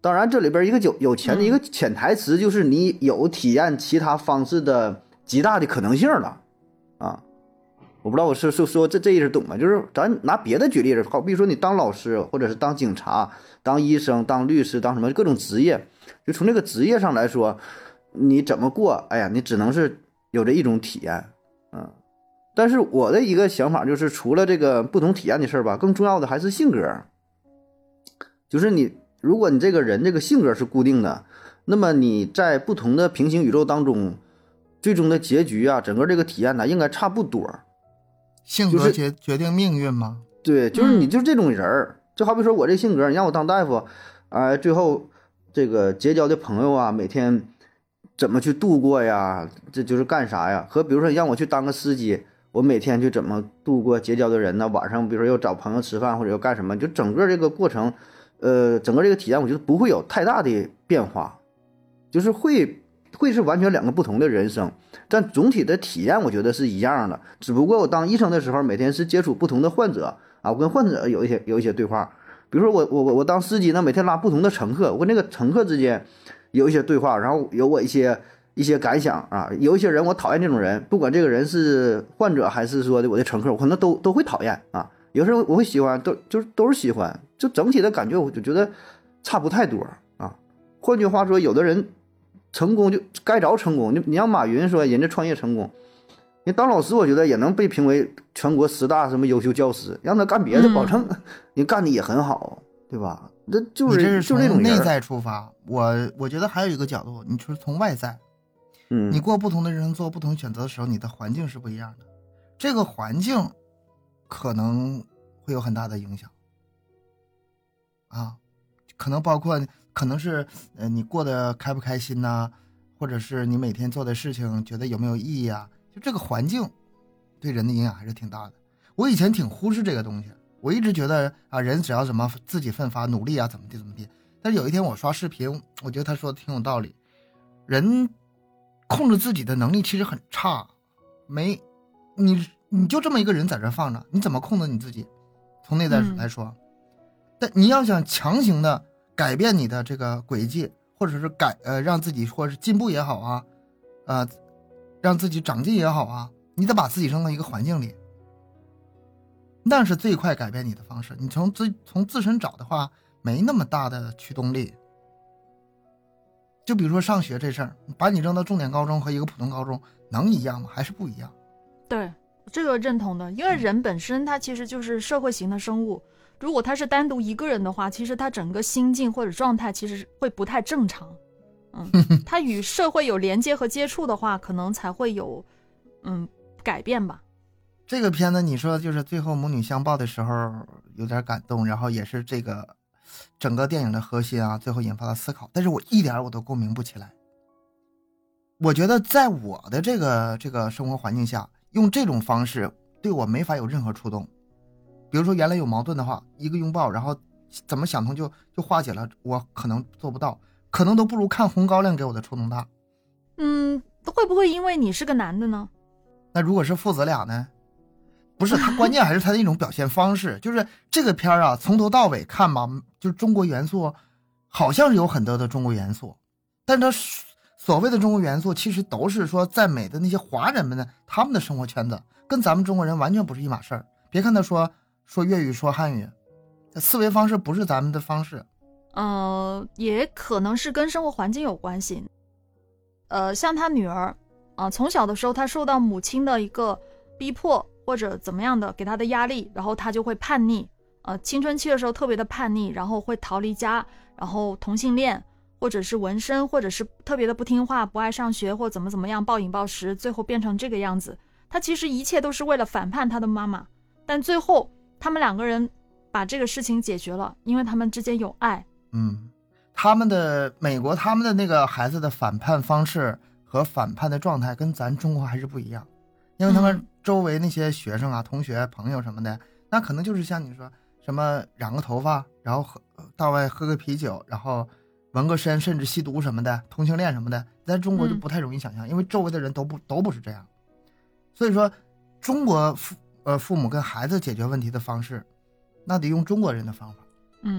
当然，这里边一个有有钱的一个潜台词就是你有体验其他方式的极大的可能性了啊！我不知道我是说说这这意思懂吗？就是咱拿别的举例子，好比如说你当老师，或者是当警察、当医生、当律师、当什么各种职业，就从这个职业上来说，你怎么过？哎呀，你只能是有这一种体验，嗯。但是我的一个想法就是，除了这个不同体验的事儿吧，更重要的还是性格，就是你。如果你这个人这个性格是固定的，那么你在不同的平行宇宙当中，最终的结局啊，整个这个体验呢，应该差不多。 性格决、就是、决定命运吗？ 对，就是你就是这种人儿、嗯。就好比说我这性格，你让我当大夫，啊、呃，最后这个结交的朋友啊，每天怎么去度过呀？这就是干啥呀？和比如说你让我去当个司机，我每天去怎么度过结交的人呢？晚上比如说要找朋友吃饭或者要干什么，就整个这个过程。呃，整个这个体验，我觉得不会有太大的变化，就是会会是完全两个不同的人生，但总体的体验我觉得是一样的。只不过我当医生的时候，每天是接触不同的患者啊，我跟患者有一些有一些对话。比如说我我我我当司机呢，每天拉不同的乘客，我跟那个乘客之间有一些对话，然后有我一些一些感想啊。有一些人我讨厌这种人，不管这个人是患者还是说的我的乘客，我可能都都会讨厌啊。有时候我会喜欢，都就是都是喜欢，就整体的感觉我就觉得差不太多啊。换句话说，有的人成功就该着成功，你你像马云说人家创业成功，你当老师我觉得也能被评为全国十大什么优秀教师，让他干别的，保证你干的也很好，对吧？这就是你这是从内在出发。我我觉得还有一个角度，你就是从外在， 嗯， 你过不同的人生，做不同选择的时候，你的环境是不一样的，这个环境可能会有很大的影响啊，可能包括可能是呃你过得开不开心呐、啊，或者是你每天做的事情觉得有没有意义啊，就这个环境对人的影响还是挺大的。我以前挺忽视这个东西，我一直觉得啊，人只要怎么自己奋发努力啊，怎么地怎么地。但是有一天我刷视频，我觉得他说的挺有道理，人控制自己的能力其实很差，没你你就这么一个人在这放着，你怎么控制你自己？从内在来说、嗯、但你要想强行的改变你的这个轨迹，或者是改呃让自己或者是进步也好啊，呃让自己长进也好啊，你得把自己扔到一个环境里，那是最快改变你的方式。你从自从自身找的话，没那么大的驱动力。就比如说上学这事儿，把你扔到重点高中和一个普通高中能一样吗？还是不一样？ 对，这个认同的，因为人本身他其实就是社会型的生物，如果他是单独一个人的话，其实他整个心境或者状态其实会不太正常。嗯，他与社会有连接和接触的话，可能才会有嗯改变吧。 这个片子你说就是最后母女相抱的时候有点感动，然后也是这个整个电影的核心啊，最后引发了思考，但是我一点我都共鸣不起来。我觉得在我的这个这个生活环境下，用这种方式对我没法有任何触动。比如说原来有矛盾的话，一个拥抱，然后怎么想通就就化解了，我可能做不到，可能都不如看红高粱给我的触动大。 嗯，会不会因为你是个男的呢？ 那如果是父子俩呢？不是，他关键还是他的一种表现方式。就是这个片啊，从头到尾看吧，就是中国元素好像是有很多的中国元素，但是他所谓的中国元素其实都是说在美的那些华人们呢，他们的生活圈子跟咱们中国人完全不是一码事儿。别看他说说粤语说汉语，思维方式不是咱们的方式。 呃，也可能是跟生活环境有关系。呃，像他女儿啊、呃，从小的时候他受到母亲的一个逼迫或者怎么样的给他的压力，然后他就会叛逆。呃，青春期的时候特别的叛逆，然后会逃离家，然后同性恋，或者是纹身，或者是特别的不听话，不爱上学，或怎么怎么样，暴饮暴食，最后变成这个样子。他其实一切都是为了反叛他的妈妈，但最后他们两个人把这个事情解决了，因为他们之间有爱。 嗯，他们的美国他们的那个孩子的反叛方式和反叛的状态跟咱中国还是不一样，因为他们周围那些学生啊、同学、朋友什么的，那可能就是像你说什么染个头发，然后喝到外喝个啤酒，然后纹个身，甚至吸毒什么的，同性恋什么的，在中国就不太容易想象，因为周围的人都不都不是这样。所以说，中国父呃父母跟孩子解决问题的方式，那得用中国人的方法。 嗯，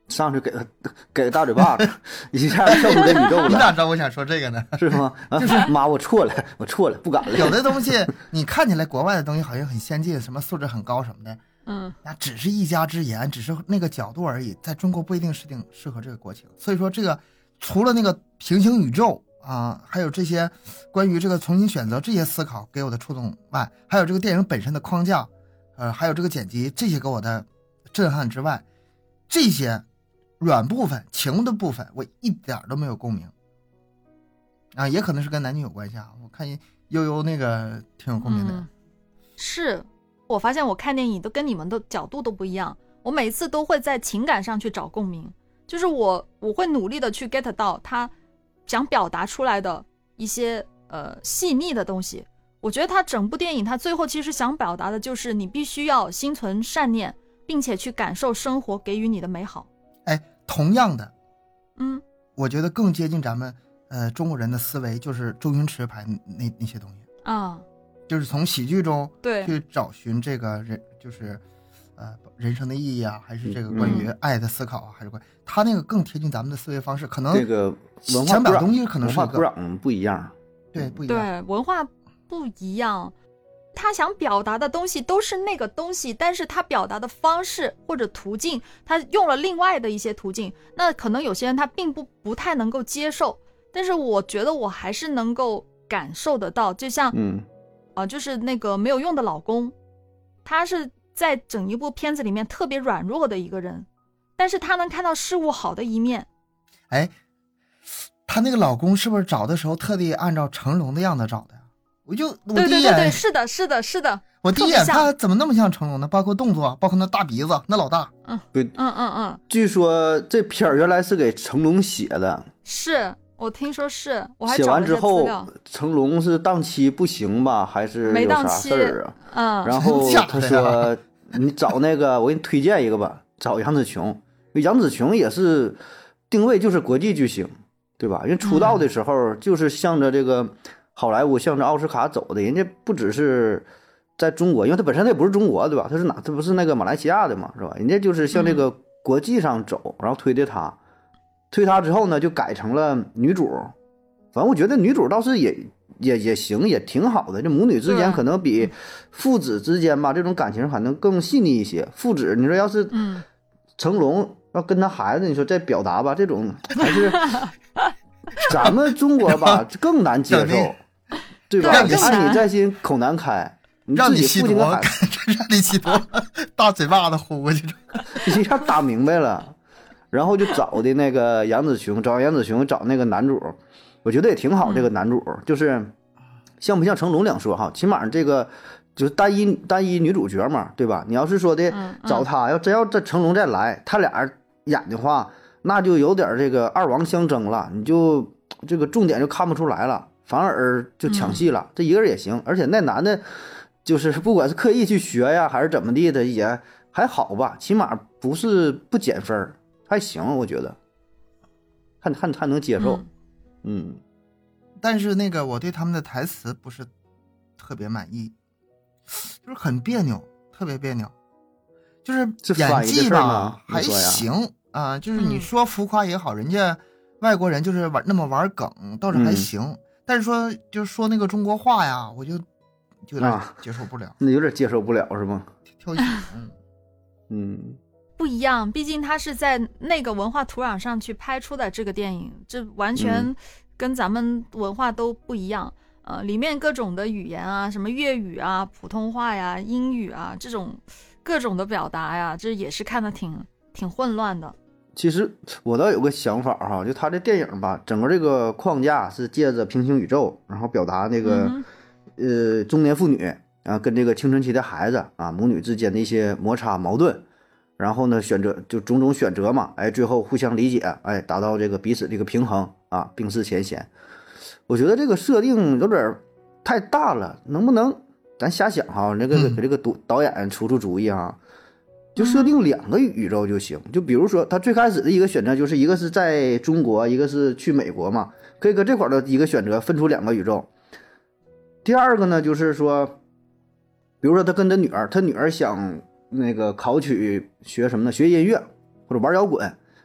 上去给他给个大嘴巴子，一下跳出这宇宙你咋了， 知道我想说这个呢？ 是吗？啊，妈，我错了，我错了，不敢了。 有的东西你看起来国外的东西好像很先进，什么素质很高什么的， 嗯， 那只是一家之言，只是那个角度而已，在中国不一定适定适合这个国情。所以说，这个除了那个平行宇宙啊，还有这些关于这个重新选择这些思考给我的触动外，还有这个电影本身的框架，呃，还有这个剪辑这些给我的震撼之外，这些软部分、情的部分，我一点都没有共鸣啊，也可能是跟男女有关系啊。我看悠悠那个挺有共鸣的， 嗯、是我发现我看电影都跟你们的角度都不一样，我每次都会在情感上去找共鸣，就是我我会努力的去 get 到他想表达出来的一些呃细腻的东西。我觉得他整部电影他最后其实想表达的就是你必须要心存善念，并且去感受生活给予你的美好。 哎，同样的， 嗯， 我觉得更接近咱们呃中国人的思维，就是周星驰拍那那些东西啊， 就是从喜剧中对去找寻这个人，就是呃人生的意义啊，还是这个关于爱的思考啊，还是关他那个更贴近咱们的思维方式，可能这个文化想表达东西可能是一个文化土壤不一样， 对不一样， 对，文化不一样。他想表达的东西都是那个东西，但是他表达的方式或者途径，他用了另外的一些途径，那可能有些人他并不不太能够接受，但是我觉得我还是能够感受得到，就像嗯， 啊、呃，就是那个没有用的老公，他是在整一部片子里面特别软弱的一个人，但是他能看到事物好的一面。 哎，他那个老公是不是找的时候特地按照成龙的样子找的呀？我就我对对第一眼对对，是的，是的，是的。 我第一眼他怎么那么像成龙呢？包括动作，包括那大鼻子，那老大。 嗯， 对， 嗯嗯嗯。 据说这片儿原来是给成龙写的， 是我听说是，我还写找了些资完之后料， 成龙是档期不行吧，还是没有啥档期事儿啊？ 嗯， 然后他真假的呀说：“你找那个，我给你推荐一个吧，找杨紫琼。因为杨紫琼也是定位就是国际巨星，对吧？因为出道的时候就是向着这个好莱坞、向着奥斯卡走的。人家不只是在中国，因为他本身他也不是中国，对吧？他是哪？他不是那个马来西亚的嘛，是吧？人家就是向这个国际上走，然后推的他。推他之后呢，就改成了女主。反正我觉得女主倒是也。”也也行，也挺好的。这母女之间可能比父子之间吧，这种感情还能更细腻一些。父子，你说要是成龙要跟他孩子，你说这表达吧，这种还是咱们中国吧更难接受，对吧？ 对爱你在心口难开，你让自己你吸毒， 父亲跟孩子让你吸毒，大嘴巴子呼过去， 一下打明白了。然后就找的那个杨紫琼，找杨紫琼找那个男主。我觉得也挺好，这个男主、嗯、就是像不像成龙两说哈，起码这个就是单一单一女主角嘛，对吧？你要是说的找他，嗯嗯、要真要这成龙再来，他俩演的话，那就有点这个二王相争了，你就这个重点就看不出来了，反而就抢戏了。嗯、这一个人也行，而且那男的，就是不管是刻意去学呀，还是怎么地的，也还好吧，起码不是不减分，还行，我觉得，还还还能接受。嗯嗯， 但是那个我对他们的台词不是特别满意，就是很别扭，特别别扭，就是演技吧还行啊、呃，就是你说浮夸也好，人家外国人就是玩那么玩梗倒是还行，嗯、但是说就是说那个中国话呀，我就就有点接受不了，啊、 那有点接受不了是吗？ 挑戏，嗯嗯。 不一样，毕竟他是在那个文化土壤上去拍出的这个电影，这完全跟咱们文化都不一样。嗯、呃，里面各种的语言啊，什么粤语啊、普通话呀、英语啊，这种各种的表达呀，这也是看得挺挺混乱的。 其实我倒有个想法哈，就他这电影吧，整个这个框架是借着平行宇宙，然后表达那个、嗯、呃中年妇女啊跟这个青春期的孩子啊母女之间的一些摩擦矛盾。然后呢，选择就种种选择嘛，哎，最后互相理解，哎，达到这个彼此这个平衡啊，冰释前嫌。我觉得这个设定有点太大了，能不能咱瞎想哈？那个给这个导导演出出主意哈，就设定两个宇宙就行。就比如说他最开始的一个选择就是一个是在中国，一个是去美国嘛，可以搁这块的一个选择分出两个宇宙。第二个呢，就是说，比如说他跟他女儿，他女儿想。那个考取学什么呢？学音乐或者玩摇滚，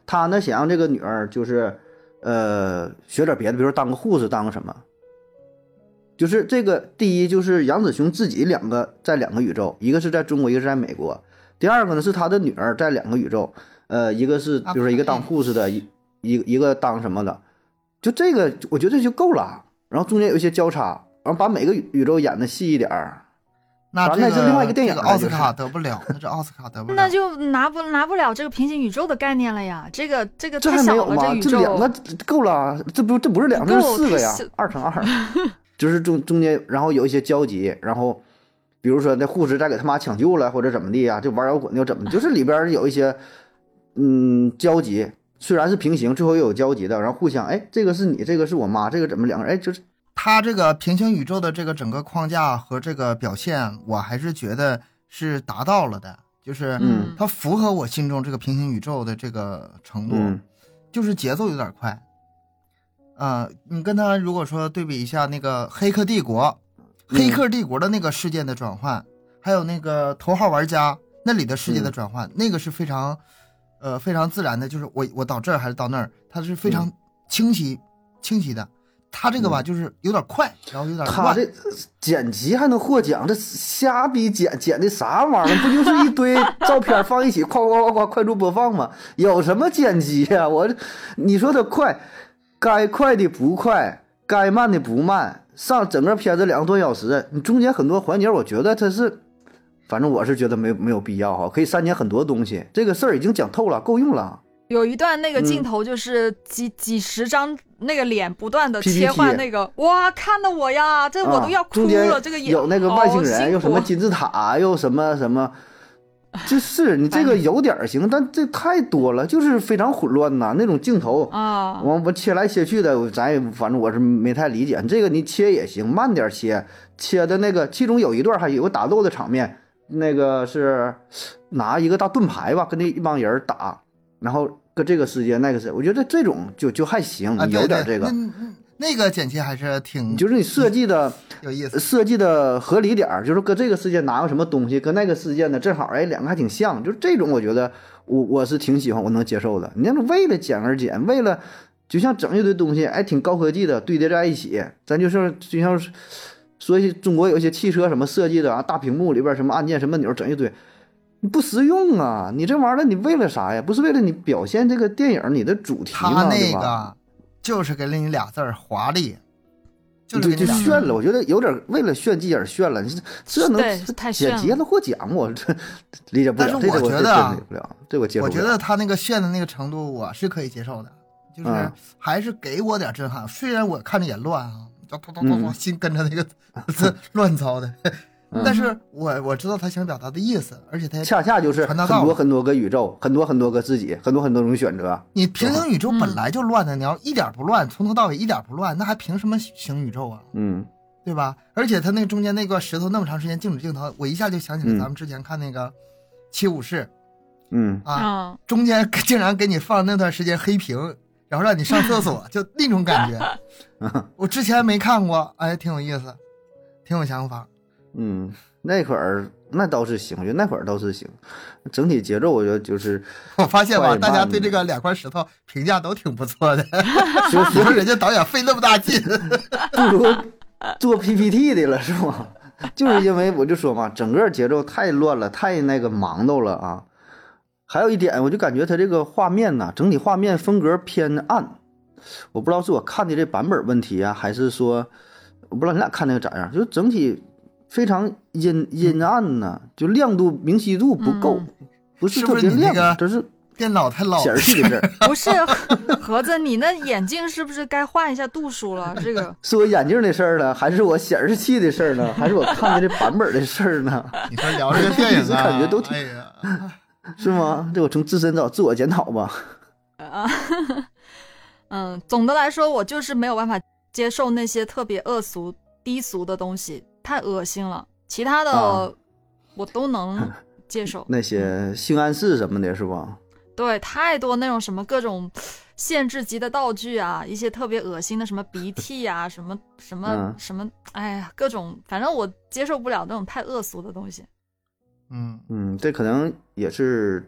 他呢想让这个女儿就是呃学点别的，比如说当个护士，当个什么。就是这个第一就是杨紫琼自己两个在两个宇宙，一个是在中国，一个是在美国。第二个呢是他的女儿在两个宇宙，呃，一个是比如说一个当护士的，一一一个当什么的，就这个我觉得这就够了。然后中间有一些交叉，然后把每个宇宙演的细一点儿。 那这个是另外一个电影、 这个奥斯卡得不了，那这奥斯卡得不了， 那就拿不拿不了这个平行宇宙的概念了呀。这个这个这太小了， 还没有吗？ 这宇宙这两个够了，这不这不是两个，是四个呀，二乘二。就是中中间，然后有一些交集，然后比如说那护士再给他妈抢救了，或者怎么地呀，就玩摇滚又怎么，就是里边有一些嗯交集，虽然是平行，最后又有交集的，然后互相哎，这个是你，这个是我妈，这个怎么两个人哎，就是他这个平行宇宙的这个整个框架和这个表现，我还是觉得是达到了的，就是嗯， 它符合我心中这个平行宇宙的这个程度， 嗯、 就是节奏有点快。啊、呃，你跟他如果说对比一下那个《黑客帝国》，《黑客帝国》的那个事件的转换，嗯、还有那个《头号玩家》那里的世界的转换，嗯、那个是非常，呃，非常自然的，就是我我到这儿还是到那儿，它是非常清晰、嗯、清晰的。他这个吧，就是有点快，嗯、然后有点乱。 他这剪辑还能获奖，这瞎逼剪剪的啥玩意儿？不就是一堆照片放一起，夸夸夸夸快速播放吗？有什么剪辑呀、啊？我你说他快。该快的不快，该慢的不慢，上整个片子两个多小时，你中间很多环节，我觉得它是，反正我是觉得没没有必要哈，可以删减很多东西。这个事儿已经讲透了，够用了。 有一段那个镜头就是几、嗯、几十张那个脸不断的切换，那个 P P T 哇，看的我呀，这我都要哭了。啊、这个有那个外星人，又什么金字塔，又什么什么。就是你这个有点行，但这太多了，就是非常混乱呐。那种镜头啊， 我我切来切去的，咱也反正我是没太理解。这个你切也行，慢点切，切的那个，其中有一段还有个打斗的场面，那个是拿一个大盾牌吧，跟那一帮人打，然后跟这个世界那个是，我觉得这种就就还行， 啊、 有点这个。 那个剪切还是挺， 就是你设计的有意思， 设计的合理点儿，就是搁这个世界拿个什么东西，跟那个世界呢正好，哎，两个还挺像，就是这种，我觉得我我是挺喜欢，我能接受的。你那种为了剪而剪，为了就像整一堆东西，哎，挺高科技的堆叠在一起，咱就是就像说一些中国有一些汽车什么设计的啊，大屏幕里边什么按键什么钮整一堆，你不实用啊！你这玩意儿你为了啥呀？不是为了你表现这个电影你的主题吗？ 他那个。 对吧？ 就是给了你俩字儿华丽，就是就炫了，我觉得有点为了炫技而炫了。你这能剪辑了获奖，我这理解不了。 但是我觉得啊， 这我接受不了。 我觉得他那个炫的那个程度，我是可以接受的，就是还是给我点震撼。虽然我看着也乱啊，咚咚咚咚，心跟着那个乱糟的。但是我我知道他想表达的意思，而且他恰恰就是很多很多个宇宙，很多很多个自己，很多很多种选择。 你平行宇宙本来就乱的，你要一点不乱，从头到尾一点不乱，那还凭什么行宇宙啊？ 嗯， 对吧？而且他那中间那个石头那么长时间静止镜头，我一下就想起了咱们之前看那个七武士， 嗯啊，中间竟然给你放那段时间黑屏，然后让你上厕所，就那种感觉。我之前没看过，哎，挺有意思，挺有想法。 嗯，那会儿那倒是行，我觉得那会儿倒是行。整体节奏我觉得就是， 我发现吧，大家对这个两块石头评价都挺不错的。你说人家导演费那么大劲， 不如做 P P T 的了是吗？就是因为我就说嘛，整个节奏太乱了，太那个忙叨了啊。还有一点，我就感觉它这个画面呐，整体画面风格偏暗。我不知道是我看的这版本问题啊，还是说我不知道你俩看那个咋样，就整体。非常阴阴暗呐、啊，就亮度明晰度不够，嗯、不是特别亮， 是是这是电脑太老显示的事儿。 不是盒子，你那眼镜是不是该换一下度数了？这个是我眼镜的事儿呢，还是我显示器的事儿呢，还是我看的这版本的事儿呢？ 你说聊这个电影、啊， 感觉都挺， 哎呀， 是吗？这我从自身找自我检讨吧。 啊，嗯，总的来说，我就是没有办法接受那些特别恶俗、低俗的东西。太恶心了，其他的、啊、我都能接受。 那些性暗示什么的，是吧？ 对，太多那种什么各种限制级的道具啊，一些特别恶心的什么鼻涕啊，什么什么、嗯、什么，哎呀，各种，反正我接受不了那种太恶俗的东西。 嗯嗯，这可能也是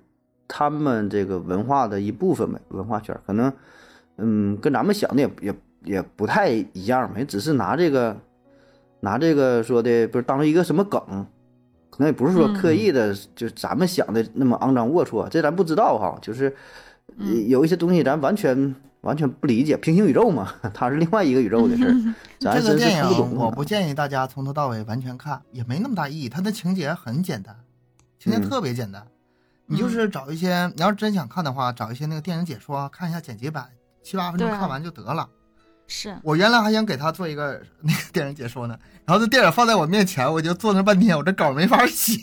他们这个文化的一部分呗，文化圈可能，嗯，跟咱们想的也也也不太一样呗，只是拿这个拿这个说的不是当成一个什么梗，可能也不是说刻意的，嗯、就咱们想的那么肮脏龌龊，这咱不知道哈，就是有一些东西咱完全。完全不理解，平行宇宙嘛，它是另外一个宇宙的事儿。 这个电影我不建议大家从头到尾完全看，也没那么大意义。它的情节很简单，情节特别简单。嗯、你就是找一些，你要是真想看的话，找一些那个电影解说，看一下剪辑版，七八分钟看完就得了。 是我原来还想给他做一个那个电影解说呢，然后这电影放在我面前，我就坐那半天，我这稿没法写。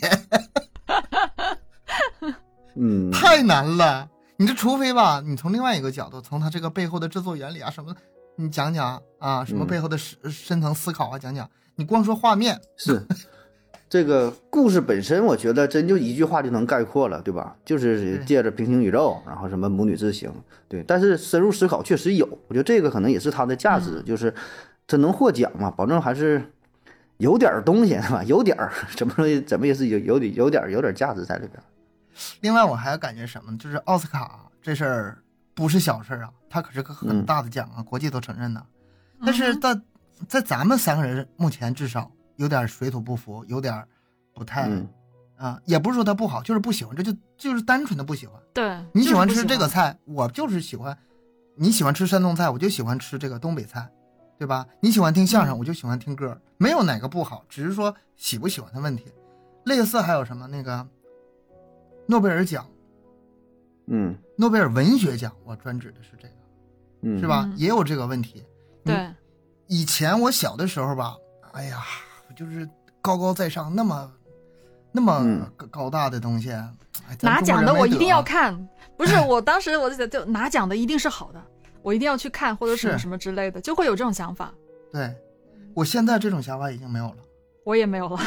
嗯， 太难了。你这除非吧，你从另外一个角度，从他这个背后的制作原理啊什么，你讲讲啊，什么背后的深深层思考啊，讲讲。你光说画面是这个故事本身，我觉得真就一句话就能概括了，对吧？就是借着平行宇宙，然后什么母女之情，对。但是深入思考确实有，我觉得这个可能也是它的价值，嗯、就是这能获奖嘛，保证还是有点东西，是吧？有点怎么说，怎么也是有有点有点有点价值在里边。 另外我还感觉什么，就是奥斯卡这事儿不是小事啊，它可是个很大的奖啊，嗯、国际都承认的。但是在在咱们三个人目前至少有点水土不服，有点不太、嗯、啊，也不是说它不好，就是不喜欢，这就就是单纯的不喜欢。 对， 你喜欢吃这个菜，我就是喜欢；你喜欢吃山东菜，我就喜欢吃这个东北菜，对吧？你喜欢听相声，我就喜欢听歌，没有哪个不好，只是说喜不喜欢的问题。类似还有什么那个。诺贝尔奖， 嗯， 诺贝尔文学奖，我专指的是这个， 嗯， 是吧？也有这个问题。 对， 以前我小的时候吧，哎呀，就是高高在上，那么那么高大的东西， 嗯哎、拿奖的我一定要看。不是，我当时我就觉得，就拿奖的一定是好的，我一定要去看，或者什么什么之类的，就会有这种想法。 对，我现在这种想法已经没有了， 我也没有了。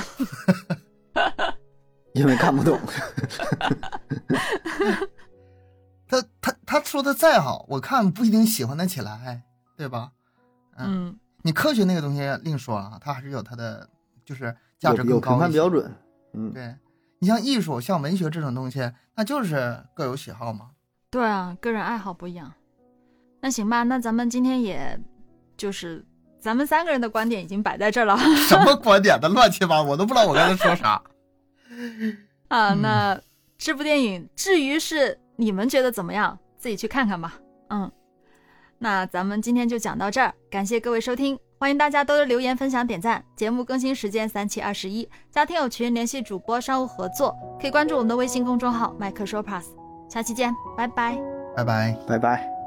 因为看不懂。 他他他说的再好，我看不一定喜欢得起来，对吧？ 嗯， 嗯你科学那个东西另说啊，它还是有它的就是价值更高一些， 有评判标准。嗯， 对，你像艺术、像文学这种东西，那就是各有喜好嘛。 对啊，个人爱好不一样。那行吧，那咱们今天也就是咱们三个人的观点已经摆在这儿了。 什么观点的乱七八糟，我都不知道我刚才说啥。 啊，那这部电影至于是你们觉得怎么样，自己去看看吧。嗯，那咱们今天就讲到这儿，感谢各位收听，欢迎大家多多留言、分享、点赞。节目更新时间三七二十一，加听友群联系主播商务合作，可以关注我们的微信公众号麦克说 plus。下期见，拜拜， 拜拜， 拜拜。